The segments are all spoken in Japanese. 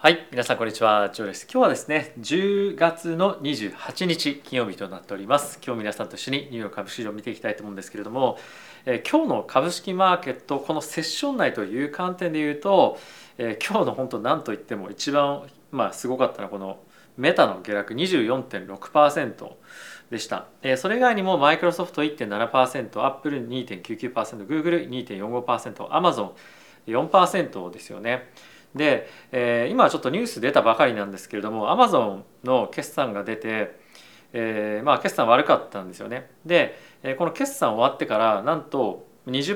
はい、皆さんこんにちは、ジョーです。今日はですね、10月の28日金曜日となっております。今日皆さんと一緒にニューヨーク株式市場を見ていきたいと思うんですけれども、今日の株式マーケット、このセッション内という観点で言うと、今日の本当何と言っても一番すごかったのはこのメタの下落24.6% でした。それ以外にもマイクロソフト 1.7%、アップル 2.99%、Google 2.45%、Amazon 4% ですよね。で、今ちょっとニュース出たばかりなんですけれども、アマゾンの決算が出て、決算悪かったんですよね。で、この決算終わってからなんと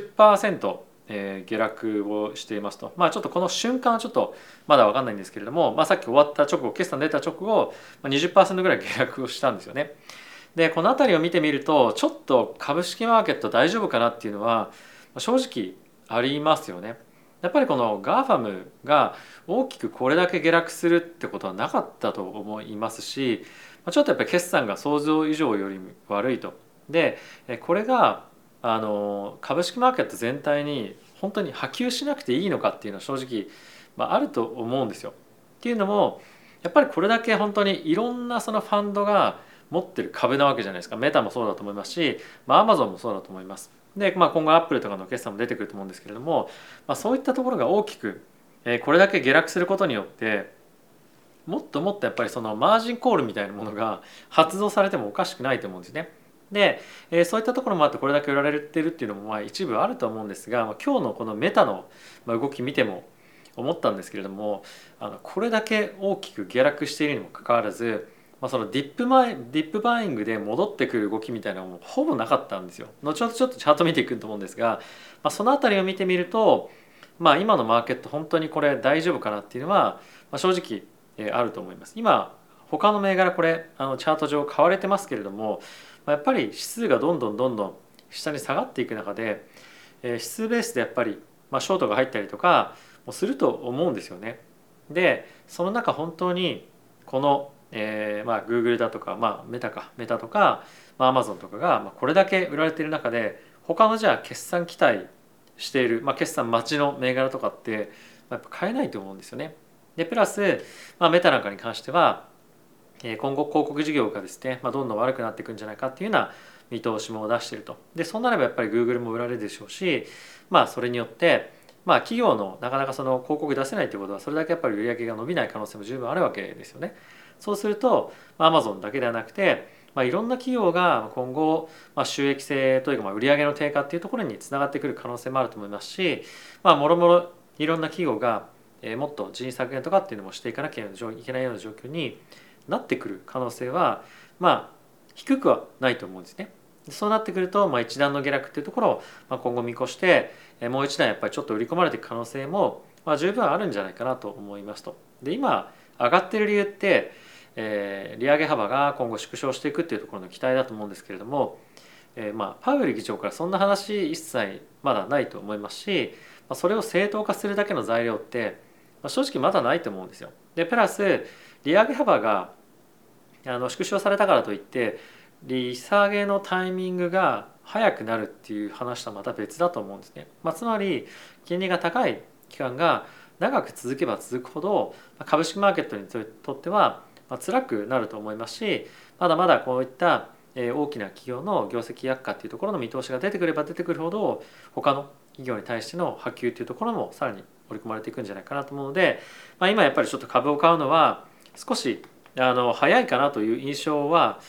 20%、下落をしていますと。ちょっとこの瞬間はちょっとまだ分かんないんですけれども、さっき終わった直後、決算出た直後、20%ぐらい下落をしたんですよね。で、この辺りを見てみると、ちょっと株式マーケット大丈夫かなっていうのは正直ありますよね。やっぱりこの GAFAM が大きくこれだけ下落するってことはなかったと思いますし、ちょっとやっぱり決算が想像以上より悪いと。で、これが株式マーケット全体に本当に波及しなくていいのかっていうのは正直、あると思うんですよ。っていうのもやっぱりこれだけ本当にいろんなそのファンドが持ってる株なわけじゃないですか。メタもそうだと思いますし、アマゾンもそうだと思います。で、今後アップルとかの決算も出てくると思うんですけれども、そういったところが大きくこれだけ下落することによってもっともっとやっぱりそのマージンコールみたいなものが発動されてもおかしくないと思うんですね。で、そういったところもあってこれだけ売られてるっていうのも一部あると思うんですが、今日のこのメタの動き見ても思ったんですけれども、これだけ大きく下落しているにもかかわらず、そのディップバイングで戻ってくる動きみたいなのもほぼなかったんですよ。後ほどちょっとチャート見ていくと思うんですが、そのあたりを見てみると、今のマーケット本当にこれ大丈夫かなっていうのは、正直あると思います。今他の銘柄これチャート上買われてますけれども、やっぱり指数がどんどん下に下がっていく中で、指数ベースでやっぱり、ショートが入ったりとかもすると思うんですよね。でその中本当にこの、Google だとか、メタとか、Amazon とかが、これだけ売られている中で他のじゃあ決算期待している、決算待ちの銘柄とかって、やっぱ買えないと思うんですよね。でプラス、メタなんかに関しては今後広告事業がですね、どんどん悪くなっていくんじゃないかっていうような見通しも出していると。でそうなればやっぱり Google も売られるでしょうし、それによって企業のなかなかその広告出せないということはそれだけやっぱり売り上げが伸びない可能性も十分あるわけですよね。そうすると Amazon だけではなくて、いろんな企業が今後、収益性というか売上の低下っていうところにつながってくる可能性もあると思いますし、もろもろいろんな企業がもっと人員削減とかっていうのもしていかなきゃいけないような状況になってくる可能性は低くはないと思うんですね。そうなってくると、一段の下落っていうところを今後見越してもう一段やっぱりちょっと売り込まれていく可能性も十分あるんじゃないかなと思いますと。で今上がってる理由って、利上げ幅が今後縮小していくっていうところの期待だと思うんですけれども、パウエル議長からそんな話一切まだないと思いますし、それを正当化するだけの材料って正直まだないと思うんですよ。でプラス利上げ幅が縮小されたからといって利下げのタイミングが早くなるっていう話とはまた別だと思うんですね。つまり金利が高い期間が長く続けば続くほど株式マーケットにとっては辛くなると思いますし、まだまだこういった大きな企業の業績悪化っていうところの見通しが出てくれば出てくるほど他の企業に対しての波及っていうところもさらに織り込まれていくんじゃないかなと思うので、今やっぱりちょっと株を買うのは少し早いかなという印象は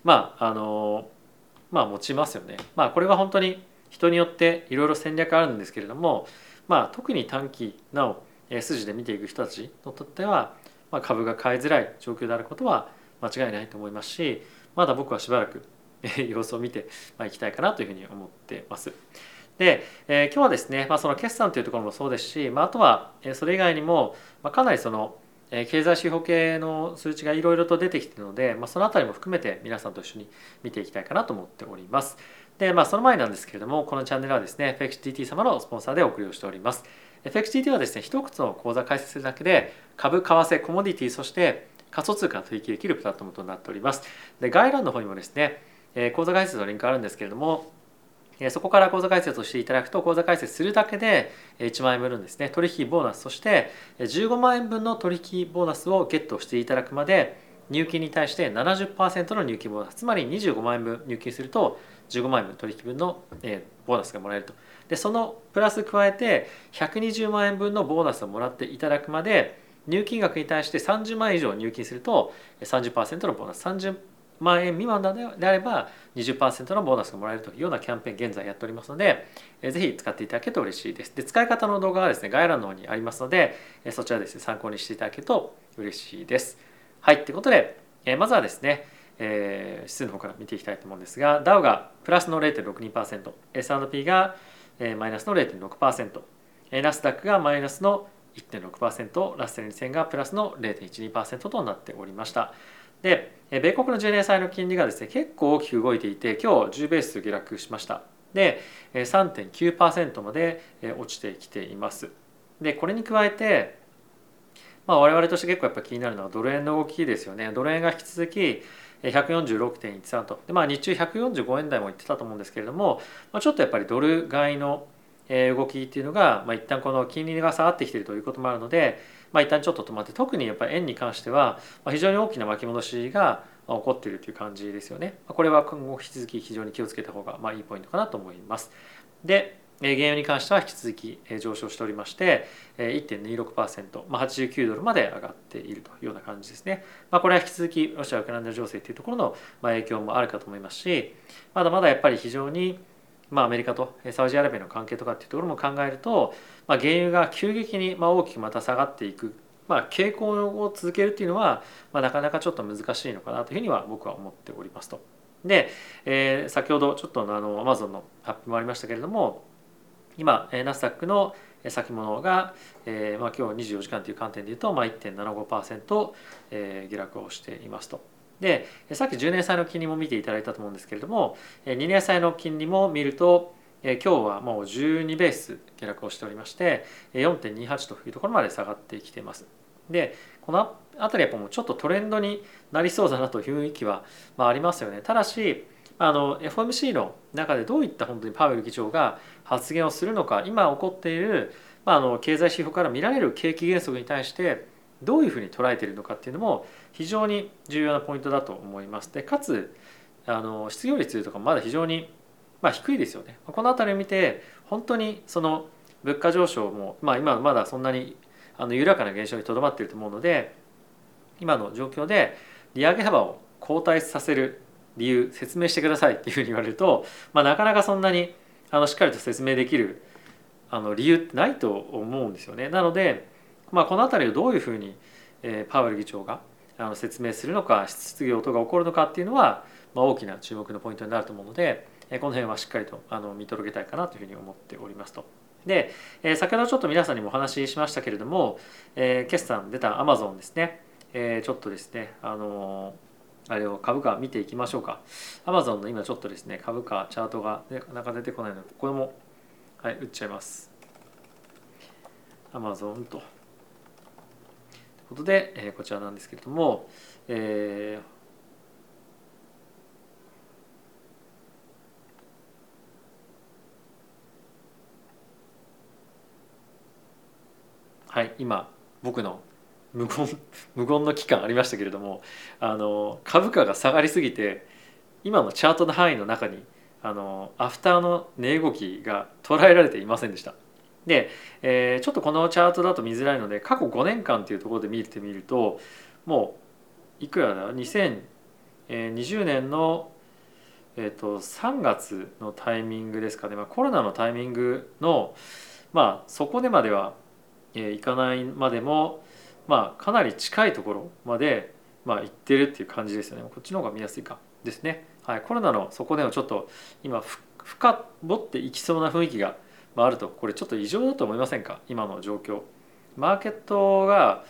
持ちますよね。これは本当に人によっていろいろ戦略あるんですけれども、特に短期の筋で見ていく人たちにとっては、株が買いづらい状況であることは間違いないと思いますし、まだ僕はしばらく様子を見ていきたいかなというふうに思ってます。で、今日はですね、その決算というところもそうですし、あとはそれ以外にも、かなりその経済指標系の数値がいろいろと出てきているので、そのあたりも含めて皆さんと一緒に見ていきたいかなと思っております。で、その前なんですけれども、このチャンネルはですね、FXTT 様のスポンサーでお送りをしております。FXTT はですね、一つの口座開設するだけで株、為替、コモディティ、そして仮想通貨を取引できるプラットフォームとなっております。で、概要欄の方にもですね、口座開設のリンクあるんですけれども、 そこから口座開設をしていただくと、口座開設するだけで1万円分のですね、取引ボーナス、そして15万円分の取引ボーナスをゲットしていただくまで、入金に対して 70% の入金ボーナス、つまり25万円分入金すると15万円分取引分のボーナスがもらえると。でそのプラス加えて120万円分のボーナスをもらっていただくまで、入金額に対して30万円以上入金すると 30% のボーナス、30万円未満であれば 20% のボーナスがもらえるというようなキャンペーン現在やっておりますので、ぜひ使っていただけると嬉しいです。で使い方の動画はですね、概要欄の方にありますので、そちらですね、参考にしていただけると嬉しいです。はい、ということで、まずはですね、指数の方から見ていきたいと思うんですが、ダウがプラスの 0.62%、S&P がマイナスの 0.6%、ナスダックがマイナスの 1.6%、ラッセル2000がプラスの 0.12% となっておりました。で、米国の10年債の金利がですね、結構大きく動いていて、今日10ベース下落しました。で、3.9% まで落ちてきています。で、これに加えて、我々として結構やっぱ気になるのはドル円の動きですよね。ドル円が引き続き146.13と。で、日中145円台もいってたと思うんですけれども、ちょっとやっぱりドル買いの動きっていうのが、一旦この金利が下がってきているということもあるので、一旦ちょっと止まって、特にやっぱり円に関しては非常に大きな巻き戻しが起こっているという感じですよね。これは今後引き続き非常に気をつけた方がいいポイントかなと思います。で、原油に関しては引き続き上昇しておりまして 1.26%、89ドルまで上がっているというような感じですね。これは引き続きロシア・ウクライナ情勢というところの影響もあるかと思いますし、まだまだやっぱり非常にアメリカとサウジアラビアの関係とかっていうところも考えると、原油が急激に大きくまた下がっていく、傾向を続けるっていうのは、なかなかちょっと難しいのかなというふうには僕は思っておりますと。で、先ほどちょっとアマゾンの発表もありましたけれども、今ナスダックの先物が、今日24時間という観点でいうと、1.75% 下落をしていますと。でさっき10年債の金利も見ていただいたと思うんですけれども、2年債の金利も見ると、今日はもう12ベース下落をしておりまして 4.28 というところまで下がってきています。でこの辺りやっぱもうちょっとトレンドになりそうだなという雰囲気はありますよね。ただしFOMC の中でどういった本当にパウエル議長が発言をするのか、今起こっている経済指標から見られる景気減速に対してどういうふうに捉えているのかっていうのも非常に重要なポイントだと思います。でかつ失業率とかまだ非常に低いですよね。この辺りを見て本当にその物価上昇も今まだそんなに緩やかな現象にとどまっていると思うので、今の状況で利上げ幅を後退させる理由説明してくださいっていうふうに言われると、なかなかそんなにしっかりと説明できる理由ってないと思うんですよね。なので、この辺りをどういうふうにパウエル議長が説明するのか、質疑応答が起こるのかっていうのは大きな注目のポイントになると思うので、この辺はしっかりと見届けたいかなというふうに思っておりますと。で先ほどちょっと皆さんにもお話ししましたけれども、決算出たアマゾンですね、ちょっとですねあれを株価見ていきましょうか。アマゾンの今ちょっとですね株価チャートがなかなか出てこないので、これも打っちゃいます。アマゾンということで、こちらなんですけれども、今僕の無言の期間ありましたけれども、株価が下がりすぎて今のチャートの範囲の中にアフターの値動きが捉えられていませんでした。で、ちょっとこのチャートだと見づらいので過去5年間というところで見てみると、もういくらだ2020年の3月のタイミングですかね、コロナのタイミングのそこでまではいかないまでもかなり近いところまで行ってるっていう感じですよね。こっちの方が見やすいかですね。コロナの底根をちょっと今深掘っていきそうな雰囲気があると、これちょっと異常だと思いませんか。今の状況、マーケットが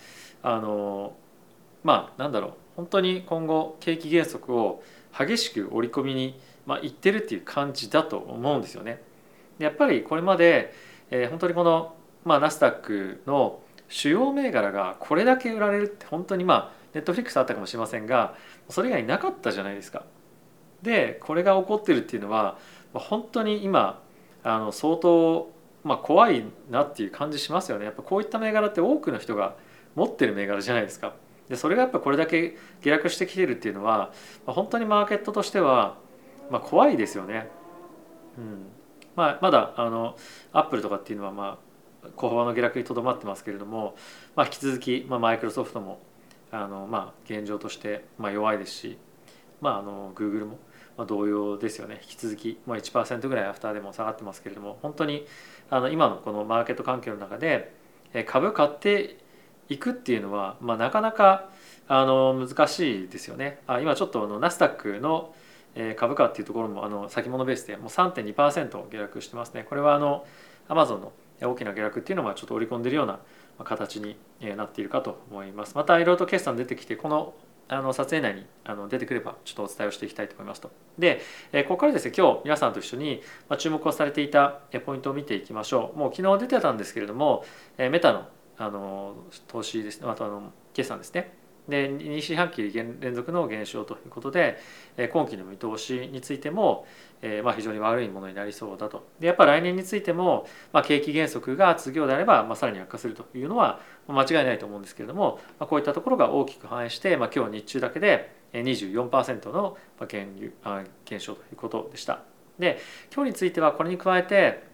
なんだろう、本当に今後景気減速を激しく織り込みにいってるっていう感じだと思うんですよね。でやっぱりこれまで本当にこのナスダックの主要銘柄がこれだけ売られるって本当にネットフリックスあったかもしれませんが、それ以外になかったじゃないですか。 でこれが起こってるっていうのは本当に今相当怖いなっていう感じしますよね。やっぱこういった銘柄って多くの人が持ってる銘柄じゃないですか。でそれがやっぱこれだけ下落してきてるっていうのは本当にマーケットとしては怖いですよね。まだアップルとかっていうのは小幅の下落にとどまってますけれども、引き続き、マイクロソフトも現状として、弱いですし、Google も、同様ですよね。引き続き、1% ぐらいアフターでも下がってますけれども、本当に今のこのマーケット環境の中で株買っていくっていうのは、なかなか難しいですよね。今ちょっとナスダックの株価っていうところも先物ベースでもう 3.2% 下落してますね。これはアマゾンの大きな下落っていうのはちょっと織り込んでいるような形になっているかと思います。またいろいろと決算出てきてこの撮影内に出てくればちょっとお伝えをしていきたいと思いますと。でここからですね、今日皆さんと一緒に注目をされていたポイントを見ていきましょう。もう昨日出てたんですけれどもメタの投資ですね、あと決算ですね。で2四半期連続の減少ということで今期の見通しについても非常に悪いものになりそうだと。でやっぱり来年についても景気減速が続くようであればさらに悪化するというのは間違いないと思うんですけれども、こういったところが大きく反映して今日日中だけで24% の減少ということでした。で今日についてはこれに加えて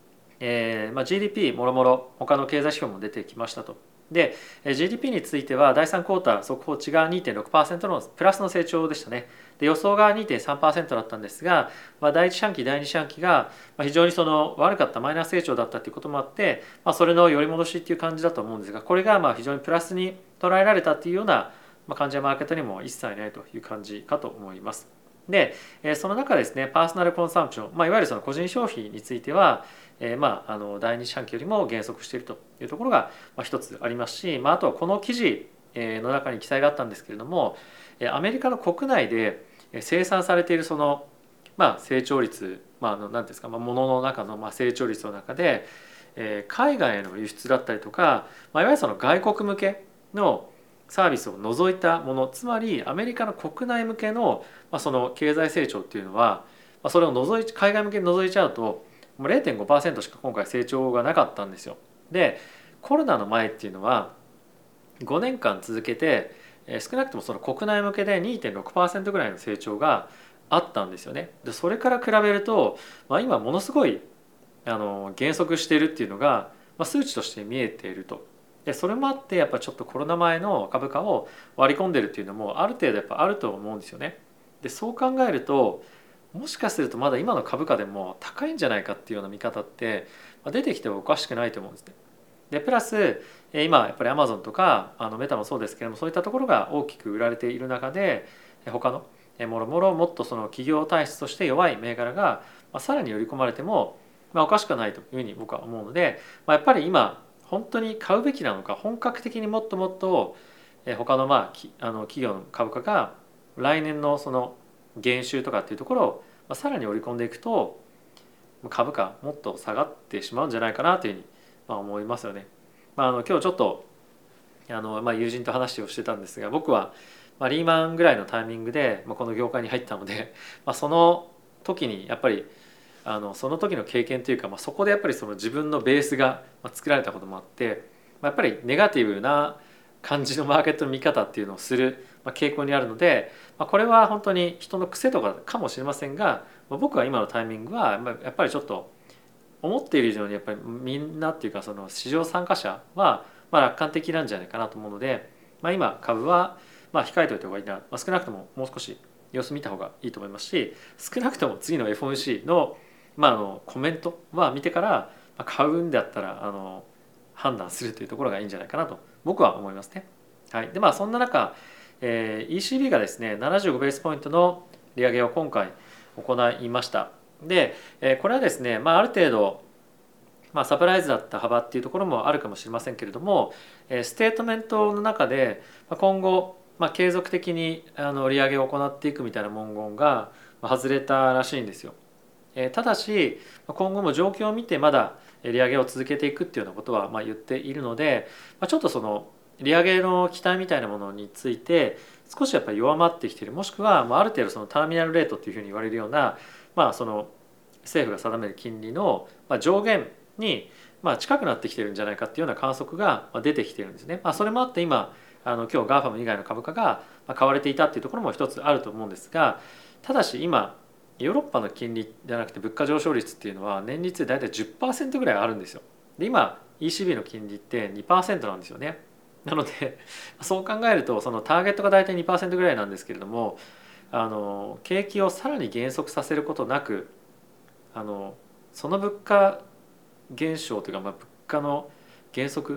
GDP もろもろ他の経済指標も出てきましたと。で GDP については第3クォーター速報値が 2.6% のプラスの成長でしたね。で予想が 2.3% だったんですが、第1四半期第2四半期が非常に悪かったマイナス成長だったということもあって、それの寄り戻しっていう感じだと思うんですが、これが非常にプラスに捉えられたっていうような感じはマーケットにも一切ないという感じかと思います。でその中ですね、パーソナルコンサンプション、いわゆる個人消費については第2四半期よりも減速しているというところが一つありますし、あとはこの記事の中に記載があったんですけれども、アメリカの国内で生産されている成長率、何ですか、物の中の成長率の中で海外への輸出だったりとか、いわゆる外国向けのサービスを除いたもの、つまりアメリカの国内向けのその経済成長っていうのはそれを海外向けに除いちゃうともう 0.5% しか今回成長がなかったんですよ。でコロナの前っていうのは5年間続けて少なくともその国内向けで 2.6% ぐらいの成長があったんですよね。でそれから比べると、今ものすごい減速しているっていうのが、数値として見えていると。でそれもあってやっぱちょっとコロナ前の株価を割り込んでるっていうのもある程度やっぱあると思うんですよね。でそう考えるともしかするとまだ今の株価でも高いんじゃないかっていうような見方って出てきてもおかしくないと思うんですね。でプラス今やっぱりアマゾンとかメタもそうですけれども、そういったところが大きく売られている中で他のもろもろもっとその企業体質として弱い銘柄がさらに寄り込まれてもおかしくはないというふうに僕は思うので、やっぱり今本当に買うべきなのか、本格的にもっともっと他の企業の株価が来年のその減収とかっていうところをさらに織り込んでいくと株価もっと下がってしまうんじゃないかなというふうに思いますよね。今日ちょっと友人と話をしてたんですが、僕はリーマンぐらいのタイミングでこの業界に入ったので、その時にやっぱりその時の経験というか、そこでやっぱりその自分のベースが作られたこともあって、やっぱりネガティブな感じのマーケットの見方っていうのをする傾向にあるので、これは本当に人の癖とかかもしれませんが、僕は今のタイミングはやっぱりちょっと思っている以上にやっぱりみんなっていうかその市場参加者は楽観的なんじゃないかなと思うので、今株は控えておいた方がいいな、少なくとももう少し様子見た方がいいと思いますし、少なくとも次の FOMC のコメントは見てから買うんだったら判断するというところがいいんじゃないかなと僕は思いますね。はい、でそんな中、ECB がですね75ベースポイントの利上げを今回行いました。でこれはですね、ある程度サプライズだった幅っていうところもあるかもしれませんけれども、ステートメントの中で今後継続的に利上げを行っていくみたいな文言が外れたらしいんですよ。ただし今後も状況を見てまだ利上げを続けていくっていうようなことは言っているので、ちょっとその利上げの期待みたいなものについて少しやっぱり弱まってきている、もしくはある程度そのターミナルレートっていうふうに言われるような、その政府が定める金利の上限に近くなってきてるんじゃないかっていうような観測が出てきてるんですね。それもあって今今日ガーファム以外の株価が買われていたっていうところも一つあると思うんですが、ただし今ヨーロッパの金利じゃなくて物価上昇率っていうのは年率で大体 10% ぐらいあるんですよ。で今 ECB の金利って 2% なんですよね。なのでそう考えるとそのターゲットが大体 2% ぐらいなんですけれども、景気をさらに減速させることなくその物価減少というか、物価の減速って、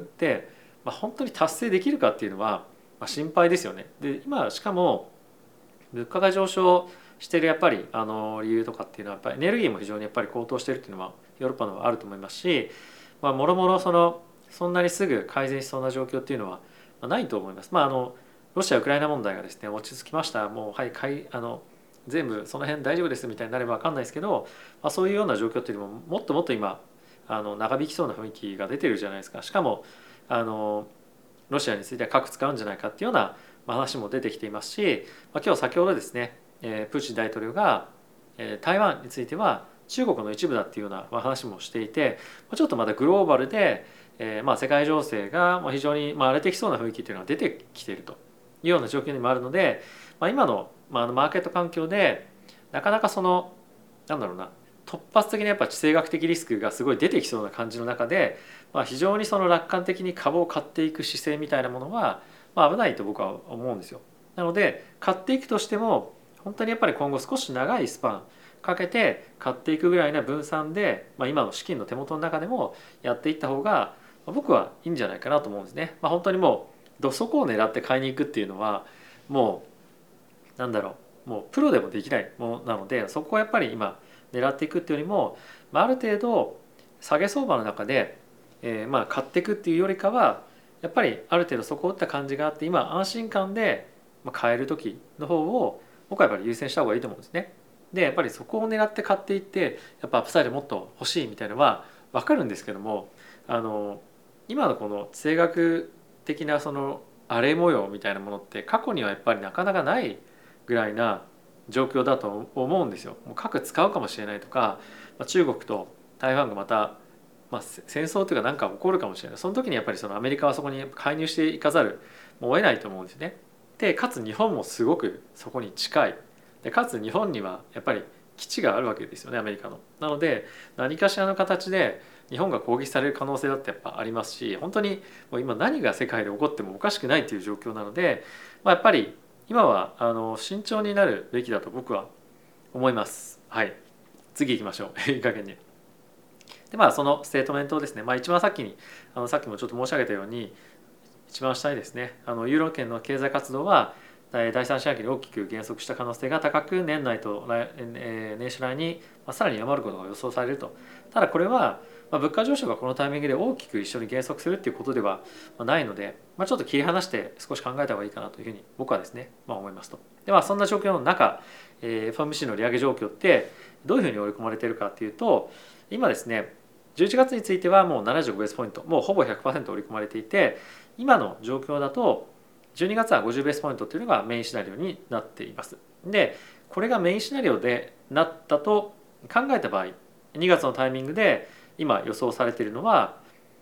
本当に達成できるかっていうのは、心配ですよね。で今しかも物価が上昇しているやっぱり理由とかっていうのはやっぱりエネルギーも非常にやっぱり高騰しているっていうのはヨーロッパのはあると思いますし、もろもろそんなにすぐ改善しそうな状況っていうのはないと思います。ロシア・ウクライナ問題がですね落ち着きました、もうはい全部その辺大丈夫ですみたいになれば分かんないですけど、そういうような状況っていうのももっともっと今長引きそうな雰囲気が出てるじゃないですか。しかもロシアについては核使うんじゃないかっていうような話も出てきていますし、今日先ほどですねプーチン大統領が台湾については中国の一部だっていうような話もしていて、ちょっとまだグローバルで世界情勢が非常に荒れてきそうな雰囲気というのが出てきているというような状況にもあるので、今のマーケット環境でなかなかなんだろうな、突発的なやっぱ地政学的リスクがすごい出てきそうな感じの中で、非常に楽観的に株を買っていく姿勢みたいなものは危ないと僕は思うんですよ。なので買っていくとしても本当にやっぱり今後少し長いスパンかけて買っていくぐらいな分散で、今の資金の手元の中でもやっていった方が僕はいいんじゃないかなと思うんですね。本当にもうどそこを狙って買いに行くっていうのはもうもうプロでもできないものなので、そこをやっぱり今狙っていくっていうよりも、ある程度下げ相場の中で、買っていくっていうよりかはやっぱりある程度そこを打った感じがあって今安心感で買える時の方を僕はやっぱり優先した方がいいと思うんですね。でやっぱりそこを狙って買っていってやっぱアップサイドもっと欲しいみたいなのは分かるんですけども、今のこの地政学的な荒れ模様みたいなものって過去にはやっぱりなかなかないぐらいな状況だと思うんですよ。もう核使うかもしれないとか、中国と台湾がまた、戦争というか何か起こるかもしれない。その時にやっぱりアメリカはそこに介入していかざるを得ないと思うんですね。でかつ日本もすごくそこに近い。でかつ日本にはやっぱり基地があるわけですよね、アメリカの。なので何かしらの形で日本が攻撃される可能性だってやっぱありますし、本当にもう今何が世界で起こってもおかしくないという状況なので、やっぱり今は慎重になるべきだと僕は思います。はい、次行きましょういい加減に。でそのステートメントをですね、一番先にさっきもちょっと申し上げたように一番下にですねユーロ圏の経済活動は第3四半期に大きく減速した可能性が高く、年内と年初来にさらに弱まることが予想されると。ただこれは物価上昇がこのタイミングで大きく一緒に減速するっていうことではないので、ちょっと切り離して少し考えた方がいいかなというふうに僕はですね、思いますと。でそんな状況の中 FOMC の利上げ状況ってどういうふうに織り込まれているかっていうと、今ですね11月についてはもう75ベースポイント、もうほぼ 100% 織り込まれていて、今の状況だと12月は50ベースポイントというのがメインシナリオになっています。でこれがメインシナリオでなったと考えた場合、2月のタイミングで今予想されているのは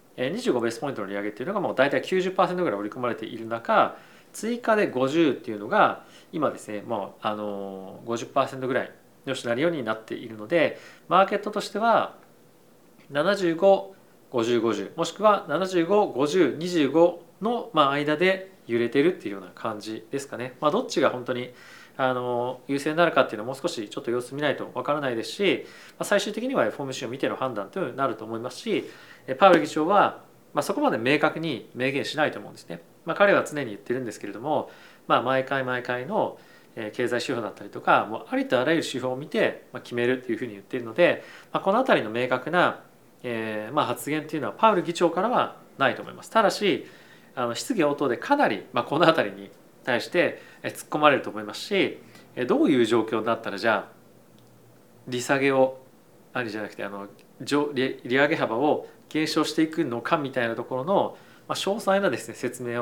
25ベースポイントの利上げっていうのがもう大体 90% ぐらい織り込まれている中、追加で50っていうのが今ですねもう50% ぐらいのシナリオになっているので、マーケットとしては75、50、50もしくは75、50、25の間で揺れてるっていうような感じですかね。どっちが本当に優勢になるかっていうのはもう少しちょっと様子見ないとわからないですし、最終的には FOMC を見ての判断となると思いますし、パウエル議長はそこまで明確に明言しないと思うんですね。彼は常に言ってるんですけれども、毎回毎回の経済指標だったりとかもうありとあらゆる指標を見て決めるっていうふうに言っているので、この辺りの明確な発言っていうのはパウエル議長からはないと思います。ただし質疑応答でかなりこの辺りに対して突っ込まれると思いますし、どういう状況になったらじゃあ利下げをじゃなくて利上げ幅を減少していくのかみたいなところの詳細なですね説明を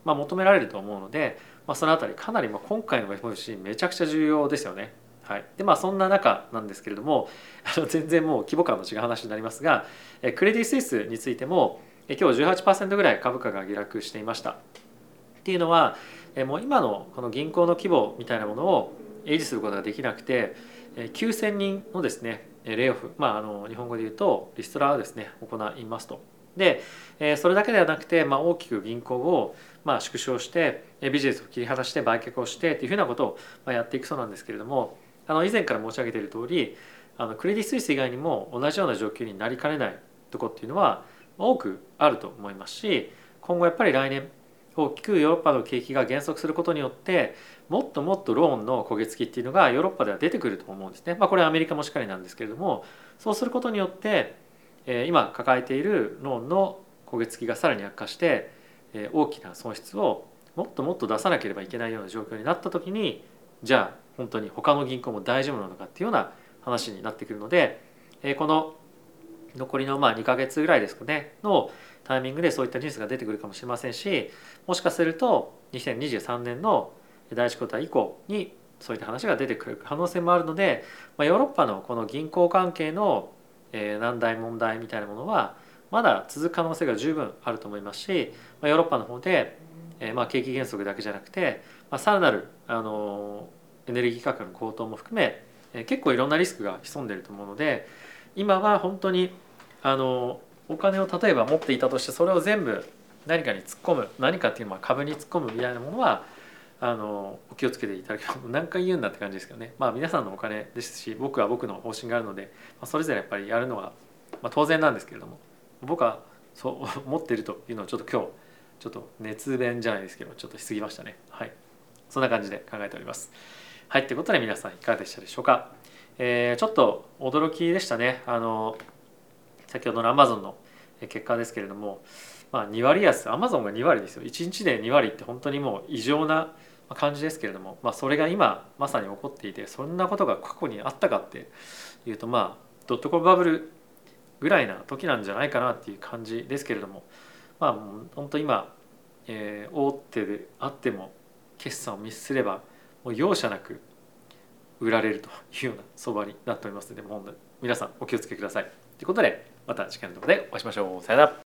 求められると思うので、そのあたりかなり今回の FOMC めちゃくちゃ重要ですよね。はい、でそんな中なんですけれども全然もう規模感の違う話になりますが、クレディ・スイスについても今日 18% ぐらい株価が下落していました。っていうのはもう今のこの銀行の規模みたいなものを維持することができなくて、9,000人のですねレイオフ、日本語で言うとリストラをですね行いますと。でそれだけではなくて、大きく銀行を縮小してビジネスを切り離して売却をしてっていうふうなことをやっていくそうなんですけれども、以前から申し上げている通りクレディ・スイス以外にも同じような状況になりかねないところっていうのは多くあると思いますし、今後やっぱり来年大きくヨーロッパの景気が減速することによってもっともっとローンの焦げ付きっていうのがヨーロッパでは出てくると思うんですね。これはアメリカもしっかりなんですけれども、そうすることによって今抱えているローンの焦げ付きがさらに悪化して大きな損失をもっともっと出さなければいけないような状況になった時に、じゃあ本当に他の銀行も大丈夫なのかっていうような話になってくるので、この残りの2ヶ月ぐらいですかねのタイミングでそういったニュースが出てくるかもしれませんし、もしかすると2023年の第1クォーター以降にそういった話が出てくる可能性もあるので、ヨーロッパのこの銀行関係の難題問題みたいなものはまだ続く可能性が十分あると思いますし、ヨーロッパの方で景気減速だけじゃなくてさらなるエネルギー価格の高騰も含め結構いろんなリスクが潜んでいると思うので、今は本当にお金を例えば持っていたとしてそれを全部何かに突っ込む、何かっていうのは株に突っ込むみたいなものはお気をつけていただければ、何回言うんだって感じですけどね。皆さんのお金ですし、僕は僕の方針があるので、それぞれやっぱりやるのは、当然なんですけれども、僕はそう思っているというのをちょっと今日ちょっと熱弁じゃないですけどちょっとしすぎましたね。はい、そんな感じで考えております。はい、ということで皆さんいかがでしたでしょうか。ちょっと驚きでしたね。先ほどのアマゾンの結果ですけれども、2割安、アマゾンが2割ですよ。1日で2割って本当にもう異常な感じですけれども、それが今まさに起こっていて、そんなことが過去にあったかっていうとドットコムバブルぐらいな時なんじゃないかなっていう感じですけれども、本当今、大手であっても決算をミスすればもう容赦なく売られるというような相場になっておりますので、もう皆さんお気をつけください。ということでまた次回の動画でお会いしましょう。さよなら。